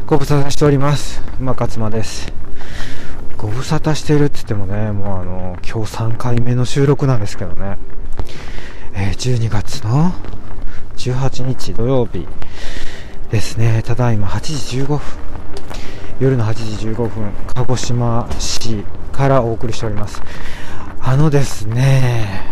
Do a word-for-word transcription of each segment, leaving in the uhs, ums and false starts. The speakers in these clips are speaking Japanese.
ご無沙汰しております。馬勝間です。ご無沙汰してるって言ってもね、もうあの今日さんかいめの収録なんですけどね、えー、じゅうにがつのじゅうはちにち土曜日ですね。ただいまはちじじゅうごふん、夜のはちじじゅうごふん、鹿児島市からお送りしております。あのですね、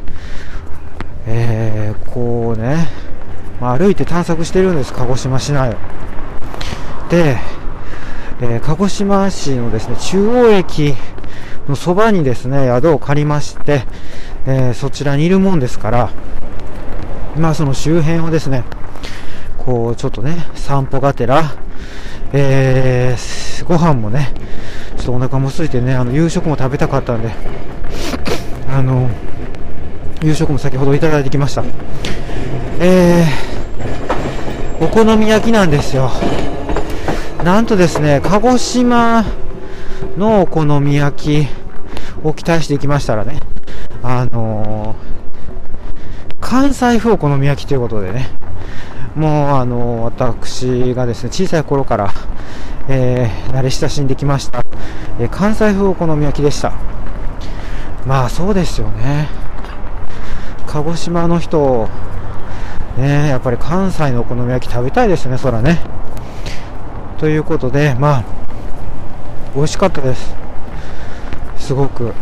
えー、こうね、まあ、歩いて探索してるんです、鹿児島市内を。で、えー、鹿児島市のですね、中央駅のそばにですね、宿を借りまして、えー、そちらにいるもんですから、まあその周辺をですね、こうちょっとね、散歩がてら、えー、ご飯もね、ちょっとお腹も空いてね、あの夕食も食べたかったんで、あの夕食も先ほどいただいてきました。えー、お好み焼きなんですよ。なんとですね、鹿児島のお好み焼きを期待していきましたらね、あのー、関西風お好み焼きということでね、もうあのー、私がですね、小さい頃から、えー、慣れ親しんできました、えー、関西風お好み焼きでした。まあそうですよね、鹿児島の人ね、やっぱり関西のお好み焼き食べたいですね、そらね。ということで、まあ美味しかったです、すごく。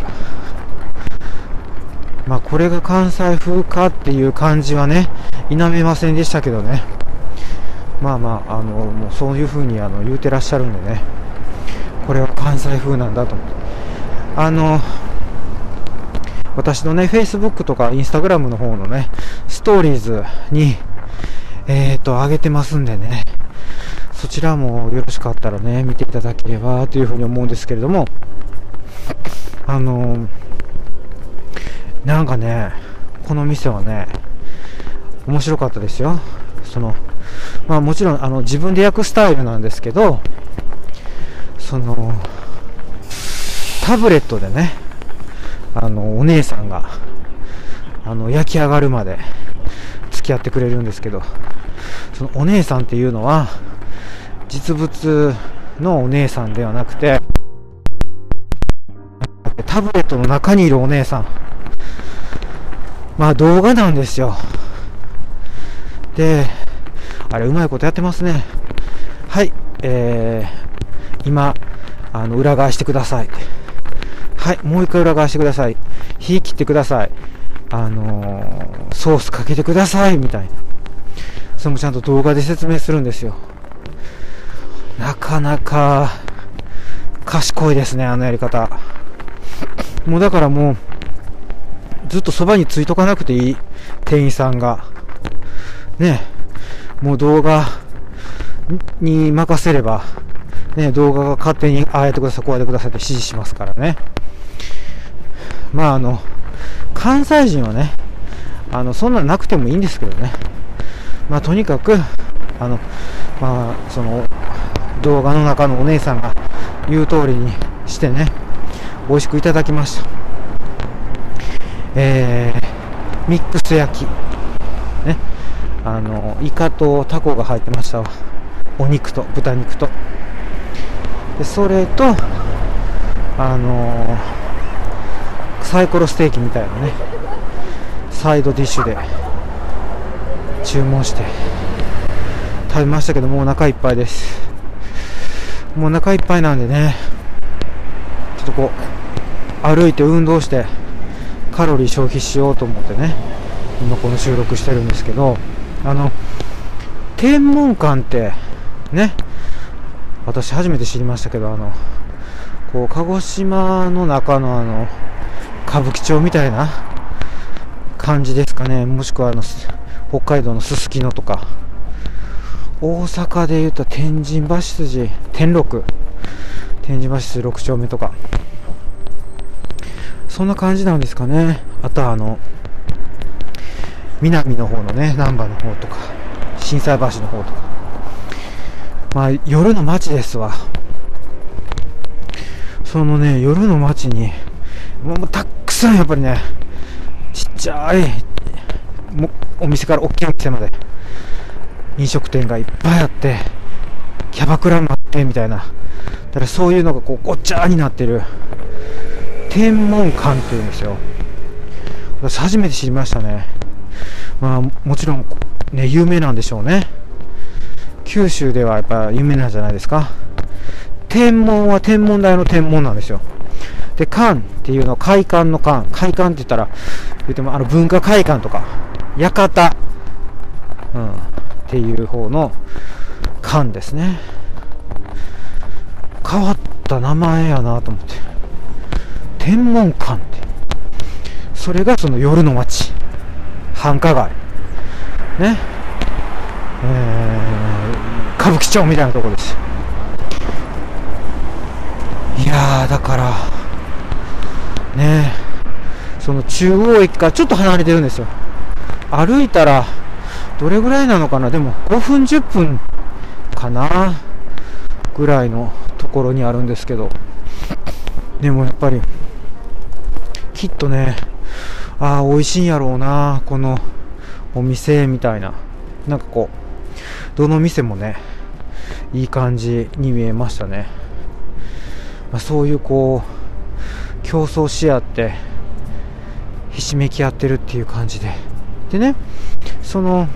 まあこれが関西風かっていう感じはね、否めませんでしたけどね。まあまあ、あのもうそういう風にあの言うてらっしゃるんでね、これは関西風なんだと思って、あの私のね、Facebook とか Instagram の方のね、ストーリーズにえーと上げてますんでね、そちらもよろしかったらね、見ていただければというふうに思うんですけれども、あのなんかね、この店はね、面白かったですよ。そのまあもちろんあの自分で焼くスタイルなんですけど、そのタブレットでね、あのお姉さんがあの焼き上がるまで付き合ってくれるんですけど、そのお姉さんっていうのは実物のお姉さんではなくて、タブレットの中にいるお姉さん、まあ動画なんですよ。で、あれうまいことやってますね。はい、えー、今あの裏返してください。はい、もう一回裏返してください。火切ってください。あのー、ソースかけてくださいみたいな。それもちゃんと動画で説明するんですよ。なかなか賢いですね、あのやり方。もうだからもうずっとそばについとかなくていい店員さんがね、もう動画に任せればね、動画が勝手にああやってください、こうやってくださいって指示しますからね。まああの関西人はね、あのそんななくてもいいんですけどね。まあとにかくあのまあその動画の中のお姉さんが言う通りにしてね、美味しくいただきました。えー、ミックス焼きね、あのイカとタコが入ってましたわ。お肉と豚肉とで、それとあのー、サイコロステーキみたいなね、サイドディッシュで注文して食べましたけど、もうお腹いっぱいです。もうお腹いっぱいなんでね、ちょっとこう歩いて運動してカロリー消費しようと思ってね、今この収録してるんですけど、あの天文館ってね、私初めて知りましたけど、あのこう鹿児島の中のあの歌舞伎町みたいな感じですかね。もしくはあの北海道のすすきのとか、大阪でいうと天神橋筋天六天神橋筋ろく丁目とか、そんな感じなんですかね。あとはあの南の方のね、難波の方とか心斎橋の方とか、まあ夜の街ですわ。そのね、夜の街にもうたくさんやっぱりね、ちっちゃいもお店から大きな店まで飲食店がいっぱいあって、 キャバクラもあってみたいな、だからそういうのがこうごっちゃーになってる天文館っていうんですよ。私初めて知りましたね。まあもちろんね有名なんでしょうね。九州ではやっぱ有名なんじゃないですか。天文は天文台の天文なんですよ。で館っていうのは会館の館、会館って言ったら言ってもあの文化会館とか館、うん、っていう方の館ですね。変わった名前やなと思って、天文館って、それがその夜の街、繁華街ね、えー、歌舞伎町みたいなところです。いやーだからね、その中央駅からちょっと離れてるんですよ。歩いたらどれぐらいなのかな、でもごふんじゅっぷんかなぐらいのところにあるんですけど、でもやっぱりきっとね、ああ美味しいんやろうなこのお店みたいな、なんかこうどの店もねいい感じに見えましたね。まあ、そういうこう競争し合ってひしめき合ってるっていう感じで、でね、その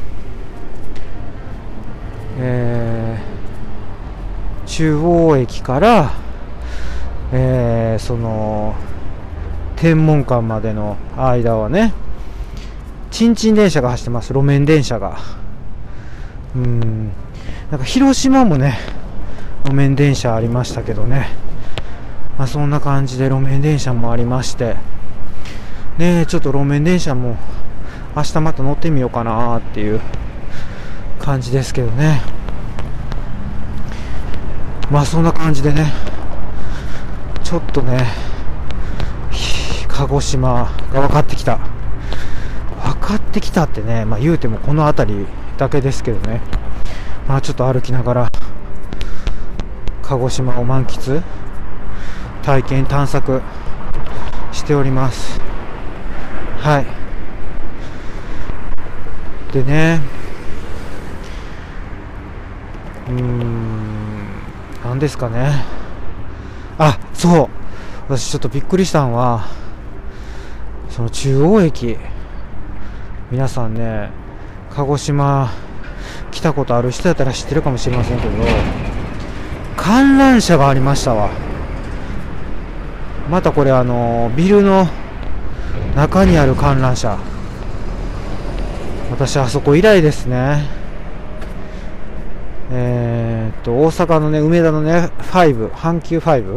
えー、中央駅から、えー、その天文館までの間はね、ちんちん電車が走ってます。路面電車が。うーん、なんか広島もね路面電車ありましたけどね、まあ、そんな感じで路面電車もありましてね、ちょっと路面電車も明日また乗ってみようかなっていう感じですけどね。まあそんな感じでね、ちょっとね鹿児島が分かってきた分かってきたってね、まあ言うてもこの辺りだけですけどね、まあちょっと歩きながら鹿児島を満喫体験探索しております。はい。でね、うーん、なんですかね。あ、そう。私ちょっとびっくりしたのは、その中央駅、皆さんね、鹿児島来たことある人だったら知ってるかもしれませんけど、観覧車がありましたわ。またこれあのビルの中にある観覧車、私あそこ以来ですね。えー、っと大阪のね梅田のねファイブ、阪急ファイブ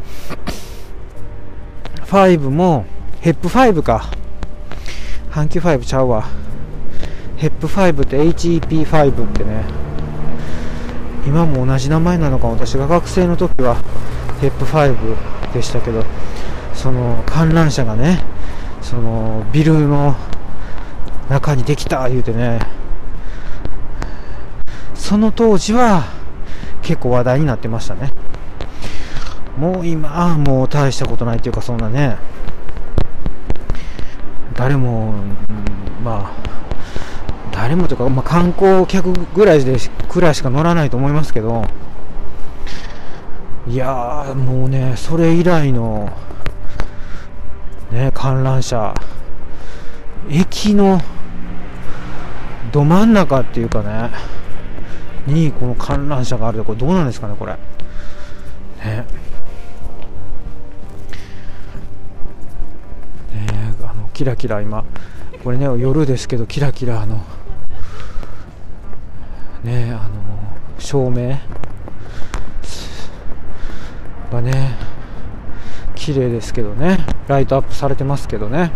ファイブもヘップファイブか、阪急ファイブちゃうわ、ヘップファイブって エイチイーピーファイブ ってね、今も同じ名前なのか。私が学生の時はヘップファイブでしたけど、その観覧車がねそのビルの中にできた言うてね、その当時は結構話題になってましたね。もう今はもう大したことないというか、そんなね誰も、まあ誰もというか、まあ、観光客ぐらいでくらいしか乗らないと思いますけど、いやーもうねそれ以来のね観覧車、駅のど真ん中っていうかねにこの観覧車があると、これどうなんですかねこれね。ねあのキラキラ今これね夜ですけどキラキラあのねあの照明がね綺麗ですけどね、ライトアップされてますけどね。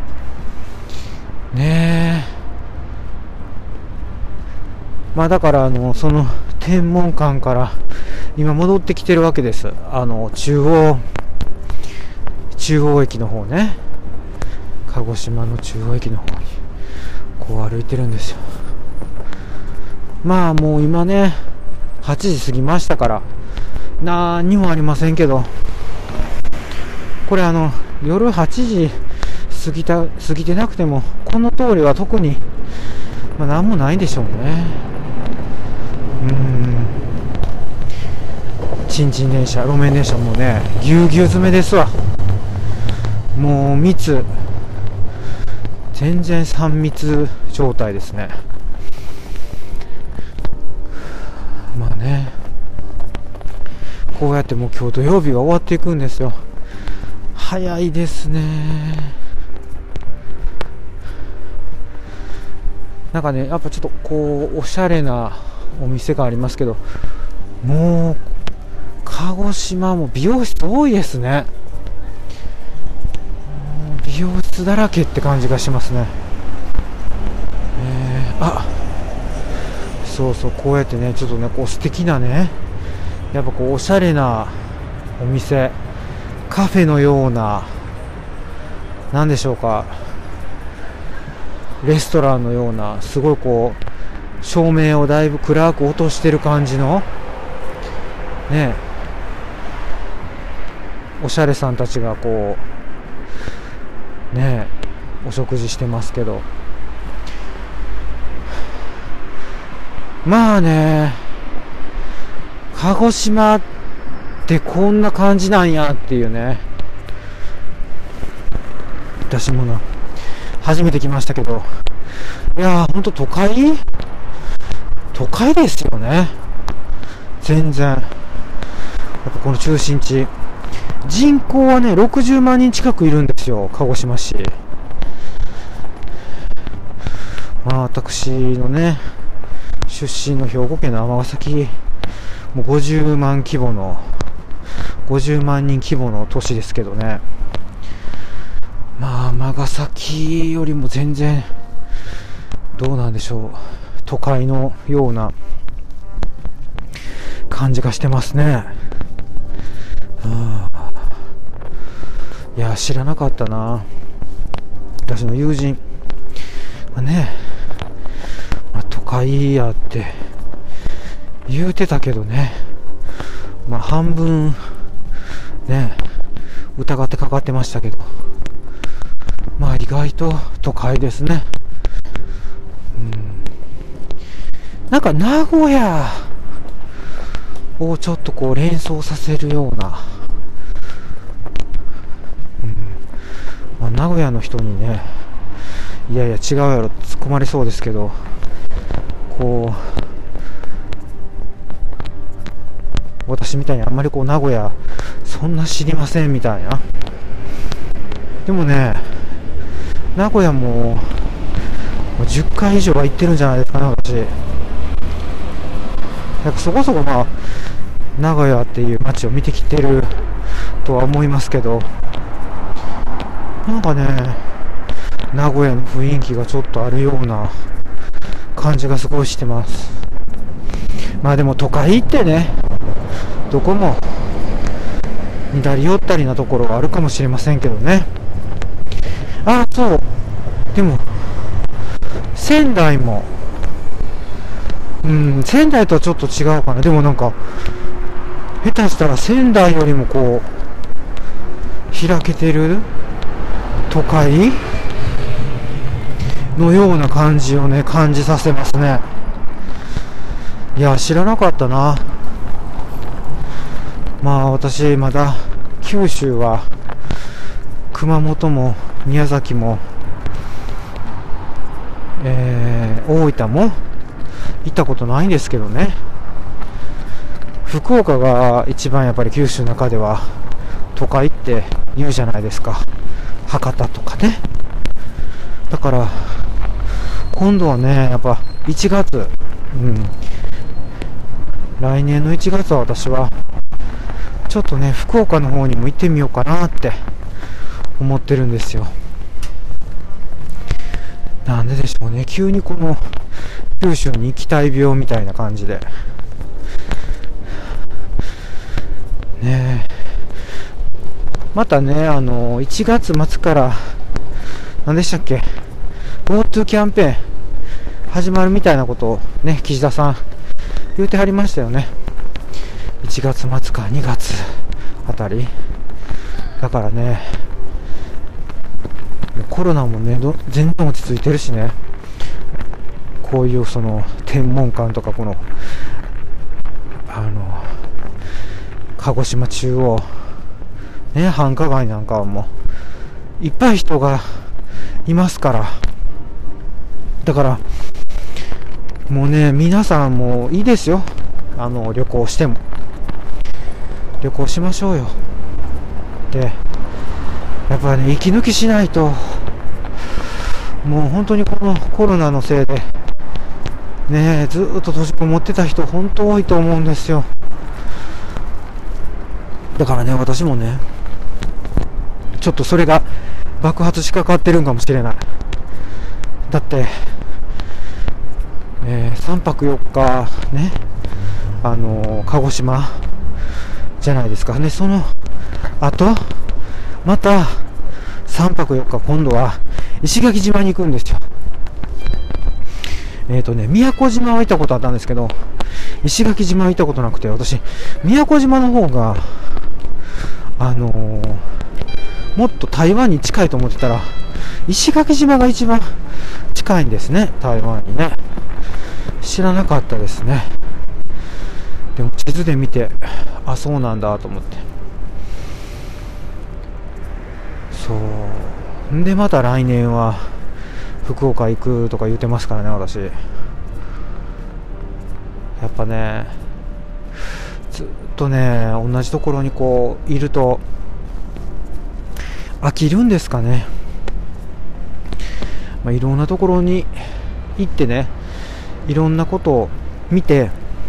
ねえ、まあだからあのその天文館から今戻ってきてるわけです。あの中央中央駅の方ね、鹿児島の中央駅の方にこう歩いてるんですよ。まあもう今ねはちじ過ぎましたから何にもありませんけど、これあの夜はちじ過ぎた過ぎてなくてもこの通りは特に、まあ、何もないでしょうね。うーんちんちん電車、路面電車もねぎゅうぎゅう詰めですわ。もう密、全然さん密状態ですね。まあね、こうやってもう今日土曜日は終わっていくんですよ。早いですね。なんかね、やっぱちょっとこうおしゃれなお店がありますけど、もう鹿児島も美容室多いですね。美容室だらけって感じがしますね。えー、あ、そうそう、こうやってね、ちょっとね、こう素敵なね、やっぱこうおしゃれなお店、カフェのような、なんでしょうか、レストランのような、すごいこう照明をだいぶ暗く落としてる感じのね、おしゃれさんたちがこうねお食事してますけど、まあね、鹿児島ってこんな感じなんやっていうね。私もな初めて来ましたけど、いやーほんと都会都会ですよね。全然やっぱこの中心地、人口はねろくじゅうまんにん近くいるんですよ、鹿児島市。まあ私のね出身の兵庫県の尼崎もうごじゅうまん規模のごじゅうまんにん規模の都市ですけどね。まあ尼崎よりも全然どうなんでしょう、都会のような感じがしてますね。いや知らなかったな。私の友人がね、まあ、都会やって言うてたけどね、まあ半分ね疑ってかかってましたけど、まあ意外と都会ですね。うん、なんか名古屋をちょっとこう連想させるような、うん、まあ、名古屋の人にね、いやいや違うやろって突っ込まれそうですけど、こう私みたいにあんまりこう名古屋そんな知りませんみたいな。でもね、名古屋ももうじゅっかい以上は行ってるんじゃないですかね、私。やっぱそこそこまあ名古屋っていう街を見てきてるとは思いますけど、なんかね名古屋の雰囲気がちょっとあるような感じがすごいしてます。まあでも都会ってね、どこも似たり寄ったりなところがあるかもしれませんけどね。あ、そう、でも仙台も、うん、仙台とはちょっと違うかな。でもなんか下手したら仙台よりもこう開けてる都会のような感じをね感じさせますね。いや知らなかったな。まあ私まだ九州は熊本も宮崎も、えー、大分も行ったことないんですけどね。福岡が一番やっぱり九州の中では都会って言うじゃないですか、博多とかね。だから今度はねやっぱいちがつ、うん、来年のいちがつは私はちょっとね福岡の方にも行ってみようかなって思ってるんですよ。なんででしょうね、急にこの九州に行きたい病みたいな感じでね。またねあのいちがつ末から何でしたっけ GoTo キャンペーン始まるみたいなことをね岸田さん言うてはりましたよね。いちがつ末かにがつあたりだからね、コロナもねど全然落ち着いてるしね、こういうその天文館とかこのあの鹿児島中央ね、繁華街なんかはもういっぱい人がいますから、だからもうね、皆さんもいいですよ、あの旅行しても旅行しましょうよ。でやっぱね、息抜きしないと、もう本当にこのコロナのせいでね、ずっと閉じこもってた人本当多いと思うんですよ。だからね、私もね、ちょっとそれが爆発しかかってるんかもしれない。だって、えー、さんぱくよっかね、あのー、鹿児島じゃないですかね。その後またさんぱくよっか今度は石垣島に行くんですよ。えっとね、宮古島は行ったことあったんですけど、石垣島は行ったことなくて、私宮古島の方があのー、もっと台湾に近いと思ってたら、石垣島が一番近いんですね、台湾にね。知らなかったですね。でも地図で見て、あ、そうなんだと思って。そうんで、また来年は福岡行くとか言ってますからね、私。やっぱね、ずっとね、同じところにこういると飽きるんですかね。まあ、いろんなところに行ってね、いろんなことを見て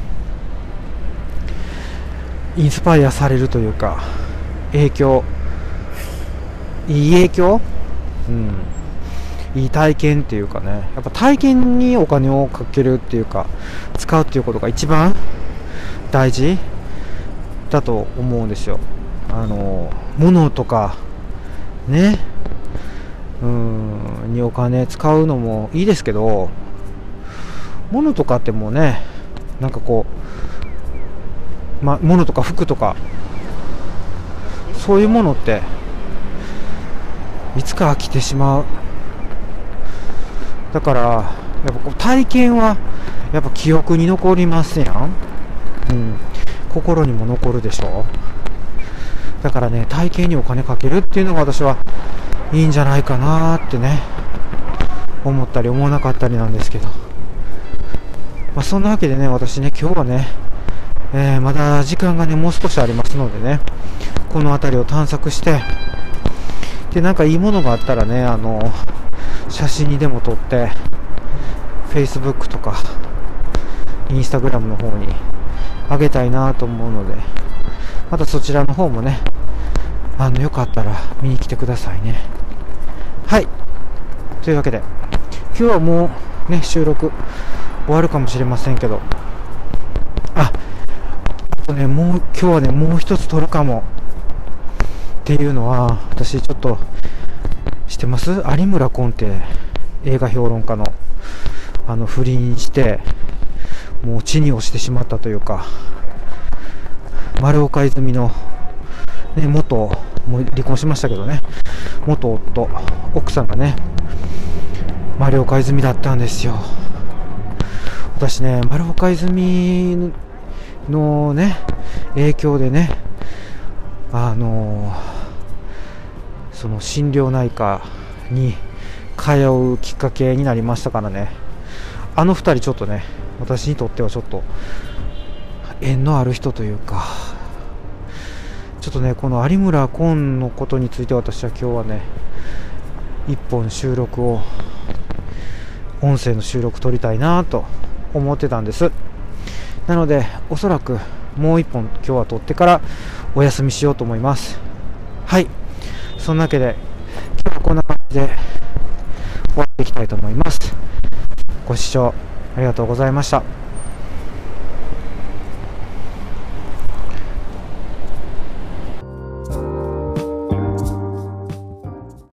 インスパイアされるというか、影響、いい影響、うん、いい体験っていうかね、やっぱ体験にお金をかけるっていうか、使うっていうことが一番大事だと思うんですよ。あの物とかね、うーんにお金使うのもいいですけど、物とかってもうね、なんかこう、ま、物とか服とかそういうものっていつか飽きてしまう。だからやっぱこう体験はやっぱ記憶に残りますやん、うん、心にも残るでしょ。だからね、体験にお金かけるっていうのが私はいいんじゃないかなってね、思ったり思わなかったりなんですけど、まあ、そんなわけでね、私ね、今日はね、えー、まだ時間がねもう少しありますのでね、この辺りを探索して、でなんかいいものがあったらね、あの写真にでも撮って Facebook とか Instagram の方にあげたいなと思うので、またそちらの方もね、あのよかったら見に来てくださいね。はい、というわけで今日はもうね収録終わるかもしれませんけど、ああとね、もう今日はねもう一つ撮るかもっていうのは、私ちょっと知ってます？有村昆って映画評論家のあの不倫してもう地に落ちてしまったというか、丸岡泉の、ね、元、もう離婚しましたけどね、元夫、奥さんがね丸岡泉だったんですよ。私ね、丸岡泉のね影響でね、あのー、その心療内科に通うきっかけになりましたからね。あの二人ちょっとね、私にとってはちょっと縁のある人というか、ちょっとねこの有村昆のことについて私は今日はね一本収録を、音声の収録撮りたいなと思ってたんです。なのでおそらくもう一本今日は撮ってからお休みしようと思います。はい、そんなわけで今日はこんな感じで終わっていきたいと思います。ご視聴ありがとうございました。